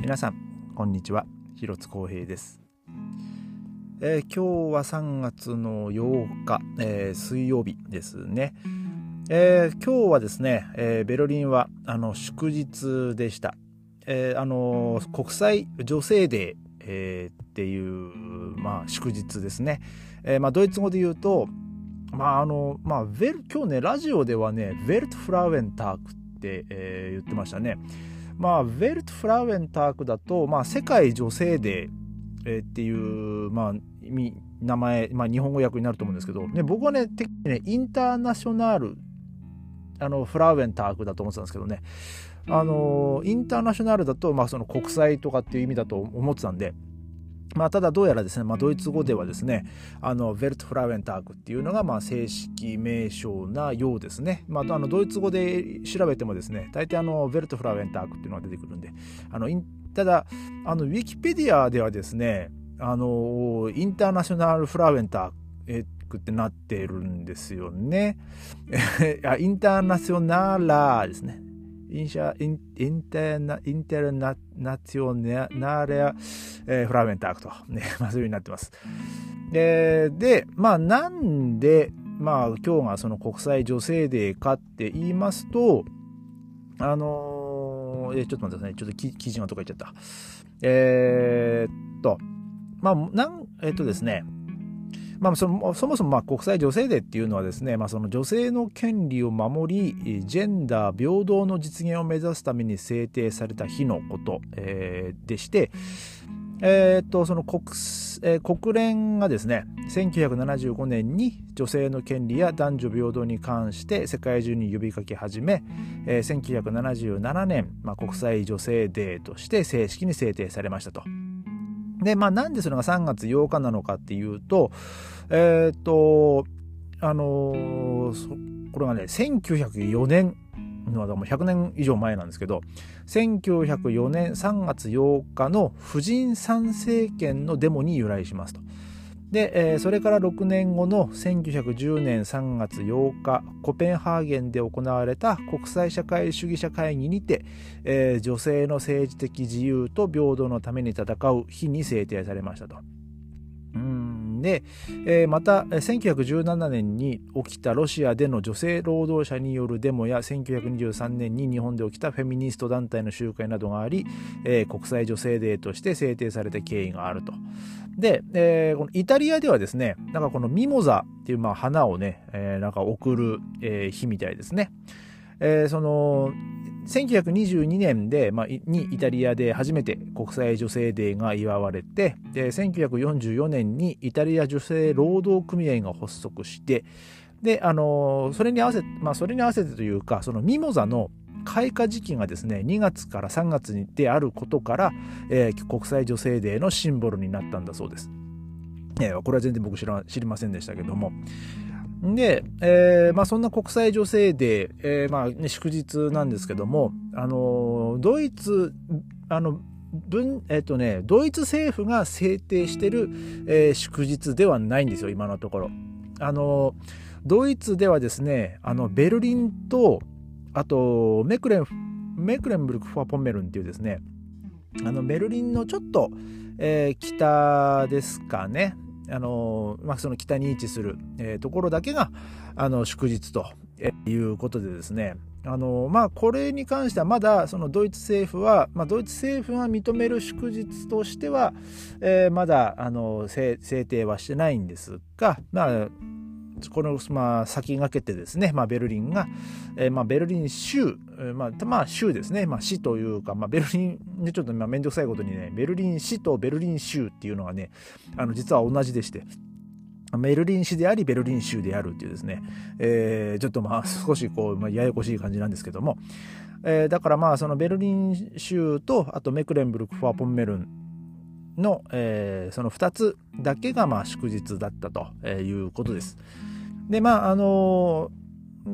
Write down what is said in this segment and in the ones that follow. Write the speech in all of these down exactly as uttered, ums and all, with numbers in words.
皆さんこんにちは、広津光平です。えー、今日はさんがつのようか、えー、水曜日ですね。えー、今日はですね、えー、ベルリンはあの祝日でした。えー、あの国際女性デー、えー、っていう、まあ、祝日ですね。えーまあ、ドイツ語で言うと、まああのまあ、ヴェル今日ねラジオではねヴェルトフラウェンタークって、えー、言ってましたね。まあ、ヴェルトフラウェンタークだと、まあ、世界女性デー、えー、っていう、まあ、意味名前、まあ、日本語訳になると思うんですけど、ね、僕はねてねインターナショナルあのフラウェンタークだと思ってたんですけどね、あのインターナショナルだと、まあ、その国際とかっていう意味だと思ってたんで、まあ、ただどうやらですね、まあ、ドイツ語ではですね、あのヴェルトフラウェンタークっていうのがまあ正式名称なようですね。まあ、あのドイツ語で調べてもですね、大体あのヴェルトフラウェンタークっていうのが出てくるんで、あのただあのウィキペディアではですね、あのインターナショナルフラウェンタークってなってるんですよね。インターナショナラーですね。インシャインインテーナインテルナナチョナレ、えー、フラウェンタークとね、まあ、そういう風になってます。で、でまあなんでまあ今日がその国際女性デーかって言いますと、あのー、えちょっと待ってくださいね、ちょっと記記事がとか言っちゃった。えー、っとまあなんえー、っとですね。まあ、そ, もそもそもまあ国際女性デーっていうのはですね、まあ、その女性の権利を守りジェンダー平等の実現を目指すために制定された日のこと、えー、でして、えー、っとその 国,、えー、国連がですねせんきゅうひゃくななじゅうごねんに女性の権利や男女平等に関して世界中に呼びかけ始め、えー、せんきゅうひゃくななじゅうななねん、まあ、国際女性デーとして正式に制定されましたと。で、まあ、なんでそれがさんがつようかなのかっていうと、えっと、あのー、これがね、せんきゅうひゃくよねんの、もうひゃくねん以上前なんですけど、せんきゅうひゃくよねんさんがつようかの婦人参政権のデモに由来しますと。で、えー、それからろくねんごのせんきゅうひゃくじゅうねんさんがつようか、コペンハーゲンで行われた国際社会主義者会議にて、えー、女性の政治的自由と平等のために戦う日に制定されましたと。うんで、えー、またせんきゅうひゃくじゅうななねんに起きたロシアでの女性労働者によるデモやせんきゅうひゃくにじゅうさんねんに日本で起きたフェミニスト団体の集会などがあり、えー、国際女性デーとして制定された経緯があると。で、えー、このイタリアではですね、なんかこのミモザっていうまあ花をね、えー、なんか贈る、えー、日みたいですね。えー、そのせんきゅうひゃくにじゅうにねんで、まあ、にイタリアで初めて国際女性デーが祝われて、でせんきゅうひゃくよんじゅうよねんにイタリア女性労働組合が発足して、で、あのー、それに合わせて、まあ、それに合わせてというか、そのミモザの開花時期がですねにがつからさんがつであることから、えー、国際女性デーのシンボルになったんだそうです。えー、これは全然僕知ら知りませんでしたけども。で、えーまあ、そんな国際女性デー、えーまあね、祝日なんですけども、あのー、ドイツあの文えっとねドイツ政府が制定してる、えー、祝日ではないんですよ、今のところ。あのー、ドイツではですね、あのベルリンとあとメクレンメクレンブルク・フォアポンメルンっていうですね、あのベルリンのちょっと、えー、北ですかね、あのまあ、その北に位置する、えー、ところだけがあの祝日ということでですね、あのまあこれに関してはまだそのドイツ政府は、まあ、ドイツ政府が認める祝日としては、えー、まだあの制定はしてないんですが、まあこの、まあ、先駆けてですね、まあ、ベルリンが、えーまあ、ベルリン州、まあ、まあ、州ですね、まあ、市というか、まあ、ベルリンでちょっとまあめんどくさいことにね、ベルリン市とベルリン州っていうのがね、あの実は同じでして、ベルリン市でありベルリン州であるっていうですね、えー、ちょっとまあ少しこう、まあ、ややこしい感じなんですけども、えー、だからまあそのベルリン州とあとメクレンブルク・フォアポンメルンの、えー、そのふたつだけがまあ祝日だったということです。でまああの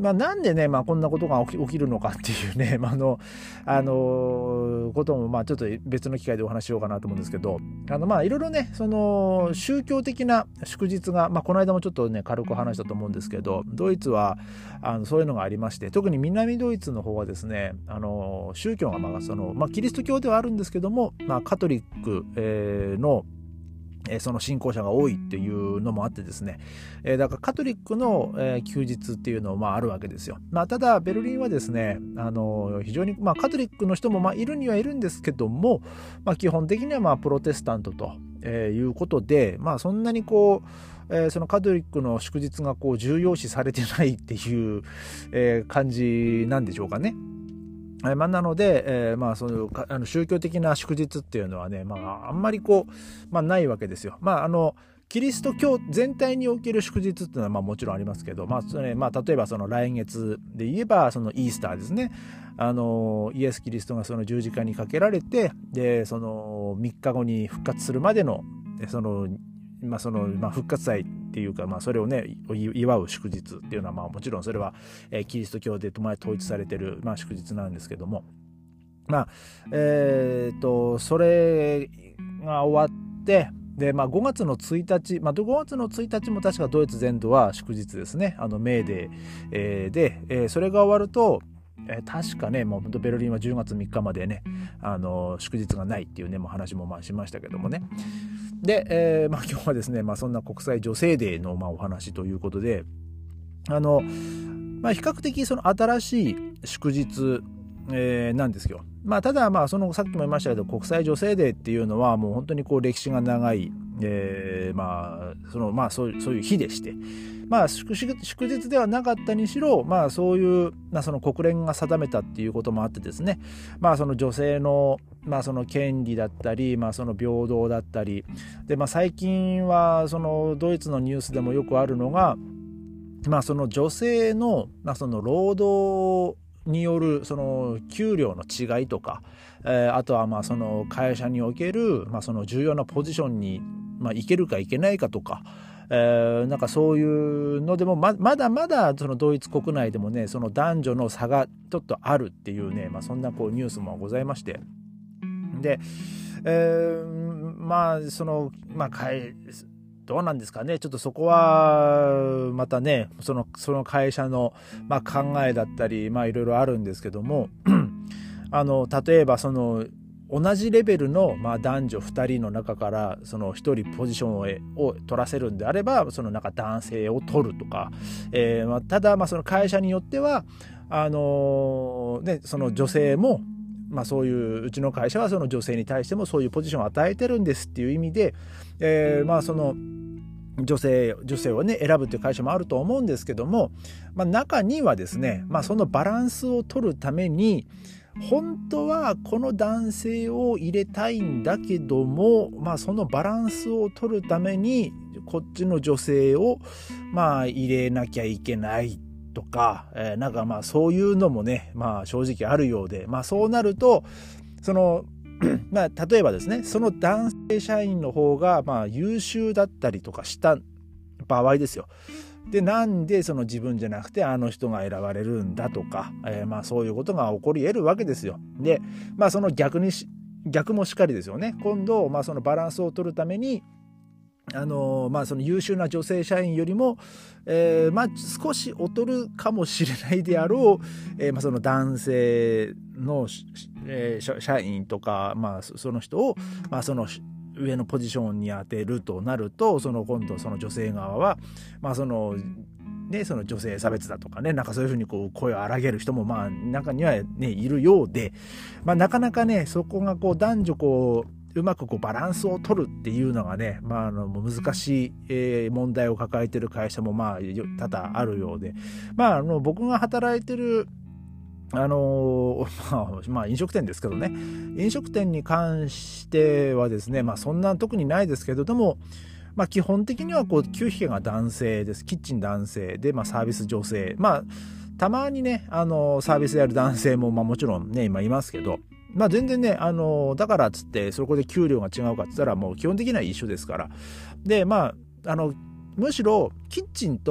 まあ、なんでね、まあ、こんなことが起き、起きるのかっていうね、まあ、あの、あのことも、まあ、ちょっと別の機会でお話ししようかなと思うんですけど、あの、まあ、いろいろね、その、宗教的な祝日が、まあ、この間もちょっとね、軽く話したと思うんですけど、ドイツは、あの、そういうのがありまして、特に南ドイツの方はですね、あの、宗教が、まあ、その、まあ、キリスト教ではあるんですけども、まあ、カトリック、えー、の、その信仰者が多いっていうのもあってですね、えー、だからカトリックの、えー、休日っていうのもまああるわけですよ。まあ、ただベルリンはですね、あの非常に、まあ、カトリックの人もまあいるにはいるんですけども、まあ、基本的にはまあプロテスタントと、えー、いうことで、まあ、そんなにこう、えー、そのカトリックの祝日がこう重要視されてないっていう、えー、感じなんでしょうかね。まあ、なので、えー、まあそのあの宗教的な祝日っていうのはね、まあ、あんまりこう、まあ、ないわけですよ。まああのキリスト教全体における祝日っていうのはまあもちろんありますけど、まあそれまあ、例えばその来月で言えばそのイースターですね。あのイエス・キリストがその十字架にかけられて、でそのみっかごに復活するまでのそのまあそのまあ、復活祭っていうか、まあ、それをね祝う祝日っていうのは、まあ、もちろんそれは、えー、キリスト教で統一されてる、まあ、祝日なんですけども、まあえー、とそれが終わってで、まあ、ごがつのついたち、まあ、ごがつのついたちも確かドイツ全土は祝日ですね、あのメーデー、えー、で、えー、それが終わるとえー、確かねもう本当ベルリンはじゅうがつみっかまでねあの祝日がないっていうねもう話もまあしましたけどもね。で、えーまあ、今日はですね、まあ、そんな国際女性デーのまあお話ということで、あの、まあ、比較的その新しい祝日、えー、なんですよ。まあ、ただまあそのさっきも言いましたけど国際女性デーっていうのはもう本当にこう歴史が長い、えー、まあそのまあそういうそういう日でして。まあ、祝日ではなかったにしろ、まあ、そういう、まあ、その国連が定めたっていうこともあってですね、まあ、その女性の、まあ、その権利だったり、まあ、その平等だったりで、まあ、最近はそのドイツのニュースでもよくあるのが、まあ、その女性の、まあ、その労働によるその給料の違いとか、えー、あとはまあその会社における、まあ、その重要なポジションに、まあ、行けるか行けないかとか、えー、なんかそういうのでも ま, まだまだそのドイツ国内でもねその男女の差がちょっとあるっていうね、まあ、そんなこうニュースもございまして、で、えー、まあそのまあ会どうなんですかね、ちょっとそこはまたねそのその会社の、まあ、考えだったりまあいろいろあるんですけどもあの例えばその同じレベルの、まあ、男女ふたりの中からそのひとりポジションを、を取らせるんであればそのなんか男性を取るとか、えーまあ、ただまあその会社によってはあのーね、その女性も、まあ、そういううちの会社はその女性に対してもそういうポジションを与えてるんですっていう意味で、えー、まあその女性女性をね選ぶっていう会社もあると思うんですけども、まあ、中にはですね、まあ、そのバランスを取るために本当はこの男性を入れたいんだけども、まあ、そのバランスを取るためにこっちの女性をまあ入れなきゃいけないとか、えー、なんかまあそういうのもね、まあ、正直あるようで、まあ、そうなるとそのまあ例えばですねその男性社員の方がまあ優秀だったりとかした場合ですよ。でなんでその自分じゃなくてあの人が選ばれるんだとか、えー、まあそういうことが起こり得るわけですよ。でまあその逆にし逆もしかりですよね。今度まあそのバランスを取るためにあのー、まあその優秀な女性社員よりも、えー、まあ少し劣るかもしれないであろう、えー、まあその男性の、えー、社員とかまあその人をまあその上のポジションに当てるとなるとその今度その女性側はまあそのねその女性差別だとかねなんかそういうふうにこう声を荒げる人もまあ中にはねいるようで、まあなかなかねそこがこう男女こううまくこうバランスを取るっていうのがね、まあ、あの難しい、えー、問題を抱えている会社もまあ多々あるようで、まあ、あの僕が働いてるあのー、まあ、まあ飲食店ですけどね飲食店に関してはですね、まあ、そんな特にないですけどでも、まあ、基本的にはこうきゅうひきが男性です。キッチン男性で、まあ、サービス女性、まあたまにねあのサービスやる男性も、まあ、もちろんね今いますけど、まあ、全然ねあのだからっつってそこで給料が違うかっつったらもう基本的には一緒ですから。でまああのむしろキッチンと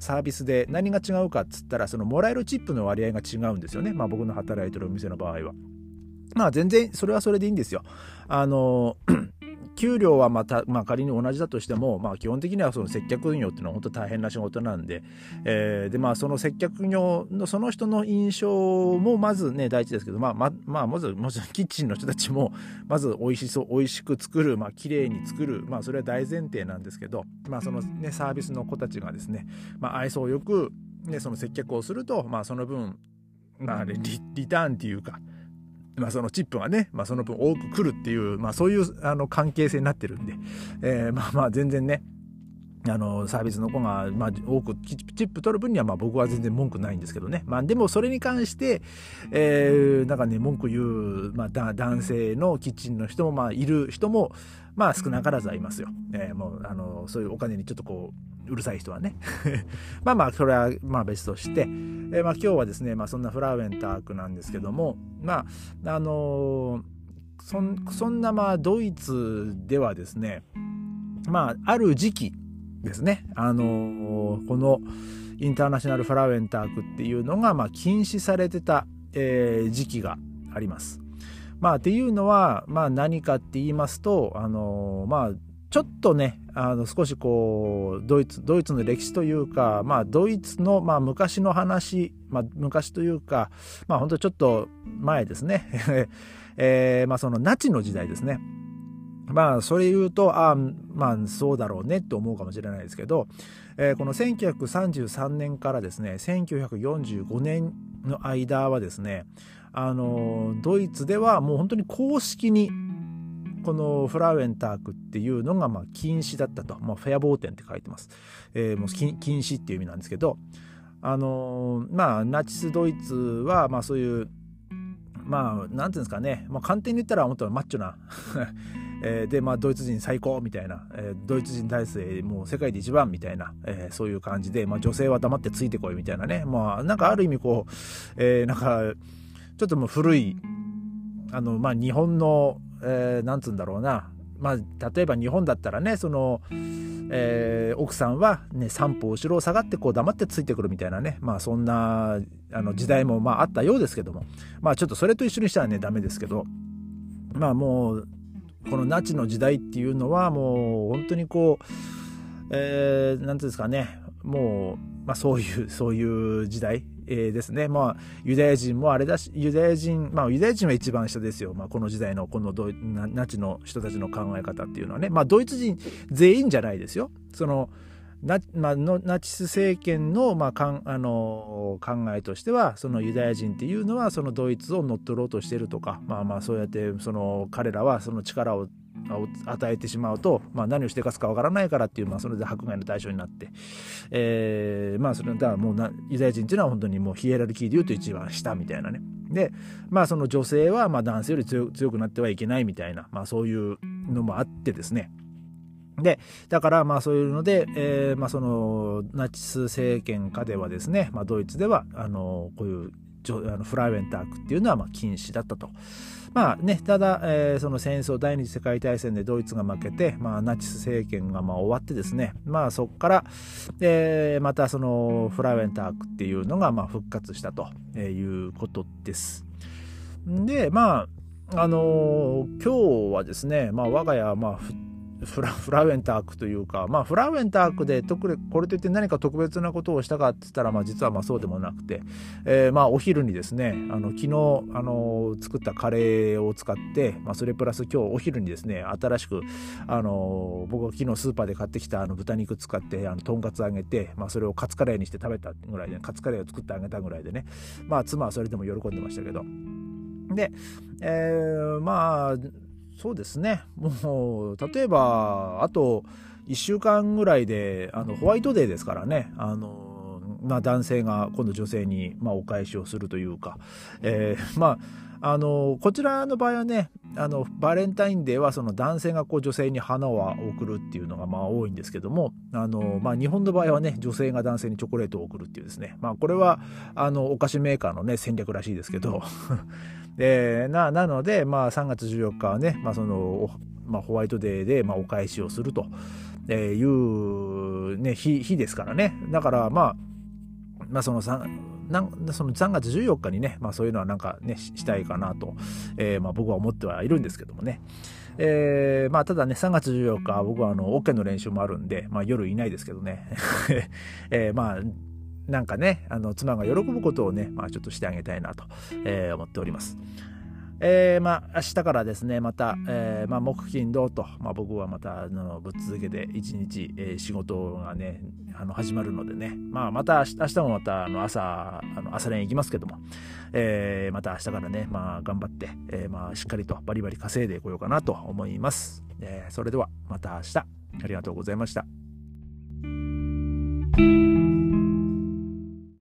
サービスで何が違うかっつったら、そのもらえるチップの割合が違うんですよね。まあ僕の働いてるお店の場合は。まあ全然それはそれでいいんですよ。あの給料はまた、まあ、仮に同じだとしても、まあ、基本的にはその接客業っていうのは本当大変な仕事なんで、えー、でまあその接客業のその人の印象もまずね第一ですけど、まあままあ、まずもちろんキッチンの人たちもまず美味しそう美味しく作る、まあ綺麗に作る、まあそれは大前提なんですけど、まあそのねサービスの子たちがですね、まあ愛想よくねその接客をすると、まあその分まあリリターンっていうか。まあ、そのチップがね、まあ、その分多く来るっていう、まあ、そういうあの関係性になってるんで、えー、まあまあ全然ねあのサービスの子が、まあ、多くチップ取る分にはまあ僕は全然文句ないんですけどね、まあ、でもそれに関して、えー、なんかね文句言う、まあ、だ男性のキッチンの人もまあいる人もまあ少なからずはいますよ、えー、もうあのそういうお金にちょっとこううるさい人はねまあまあそれはまあ別として、えー、まあ今日はですね、まあ、そんなフラウェンタークなんですけども、まああのー、そん、そんなまあドイツではですね、まあある時期ですね、あのー、このインターナショナルフラウェンタークっていうのがまあ禁止されてた、えー、時期があります。まあっていうのはまあ何かって言いますと、あのー、まあちょっとねあの少しこうドイツドイツの歴史というか、まあドイツのまあ昔の話、まあ昔というかまあ本当ちょっと前ですね、えー、まあそのナチの時代ですね。まあそれ言うとあまあそうだろうねって思うかもしれないですけど、えー、このせんきゅうひゃくさんじゅうさんねんからですねせんきゅうひゃくよんじゅうごねんの間はですね、あのドイツではもう本当に公式にこのフラウェンタークっていうのがまあ禁止だったと、まあ、フェアボーテンって書いてます、えー、もう禁止っていう意味なんですけど、あのまあナチスドイツはまあそういうまあなんていうんですかね、まあ、簡単に言ったら本当はマッチョなえー、でまあドイツ人最高みたいな、えー、ドイツ人体制もう世界で一番みたいな、えー、そういう感じで、まあ、女性は黙ってついてこいみたいなね、まあなんかある意味こう、えー、なんかちょっともう古いあのまあ日本の、えー、なんつうんだろうな、まあ例えば日本だったらねその、えー、奥さんはね三歩後ろを下がってこう黙ってついてくるみたいなね、まあそんなあの時代もまああったようですけども、まあちょっとそれと一緒にしたらねダメですけど、まあもうこのナチの時代っていうのはもう本当にこう、えー、なんていうんですかね、もう、まあ、そういうそういう時代、えー、ですね。まあユダヤ人もあれだし、ユダヤ人まあユダヤ人は一番下ですよ。まあこの時代のこのドイナチの人たちの考え方っていうのはね、まあドイツ人全員じゃないですよ。そのナ, まあ、のナチス政権の、まあ、かんあの考えとしてはそのユダヤ人っていうのはそのドイツを乗っ取ろうとしてるとか、まあまあそうやってその彼らはその力を与えてしまうと、まあ、何をしてかすかわからないからっていう、まあ、それで迫害の対象になって、えー、まあそれだからもうなユダヤ人っていうのは本当にもうヒエラルキーでいうと一番下みたいなね。でまあその女性はまあ男性より 強, 強くなってはいけないみたいな、まあ、そういうのもあってですね。でだからまあそういうので、えーまあ、そのナチス政権下ではですね、まあ、ドイツではあのこういうあのフラウェンタークっていうのはまあ禁止だったと。まあね、ただ、えー、その戦争第二次世界大戦でドイツが負けて、まあ、ナチス政権がまあ終わってですね、まあそこから、えー、またそのフラウェンタークっていうのがまあ復活したということです。でまああのー、今日はですね、まあ、我が家はまあフラ、フラウェンタークというか、まあ、フラウェンタークで特にこれといって何か特別なことをしたかって言ったら、まあ、実はまあそうでもなくて、えー、まあお昼にですね、あの昨日あの作ったカレーを使って、まあ、それプラス今日お昼にですね新しくあの僕が昨日スーパーで買ってきたあの豚肉使ってあのとんかつ揚げて、まあ、それをカツカレーにして食べたぐらいで、カツカレーを作ってあげたぐらいでね、まあ妻はそれでも喜んでましたけど、で、えー、まあそうですね、もう例えばあといっしゅうかんぐらいであのホワイトデーですからね、あの、まあ、男性が今度女性に、まあ、お返しをするというか、えー、まああのこちらの場合はね、あのバレンタインデーはその男性がこう女性に花を贈るっていうのがまあ多いんですけども、あの、まあ、日本の場合はね女性が男性にチョコレートを贈るっていうですね、まあ、これはあのお菓子メーカーのね戦略らしいですけどで な, なので、まあ、さんがつじゅうよっかはね、まあそのまあ、ホワイトデーでまあお返しをするとえー、いう、ね、日、日ですからね。だからまあ、まあそのさなんそのさんがつじゅうよっかにね、まあそういうのはなんかね、し, したいかなと、えー、まあ僕は思ってはいるんですけどもね。えー、まあただね、さんがつじゅうよっか僕はあのオケの練習もあるんで、まあ夜いないですけどね。えー、まあなんかね、あの妻が喜ぶことをね、まあちょっとしてあげたいなと、えー、思っております。えー、まあ明日からですね、また、えー、まあ木金土と、まあ僕はまたあのぶっ続けて一日、えー、仕事がね、あの始まるのでね、まあまた明日もまたあの朝、あの朝練行きますけども、えー、また明日からね、まあ頑張って、えー、まあしっかりとバリバリ稼いでこようかなと思います。えー、それではまた明日、ありがとうございました。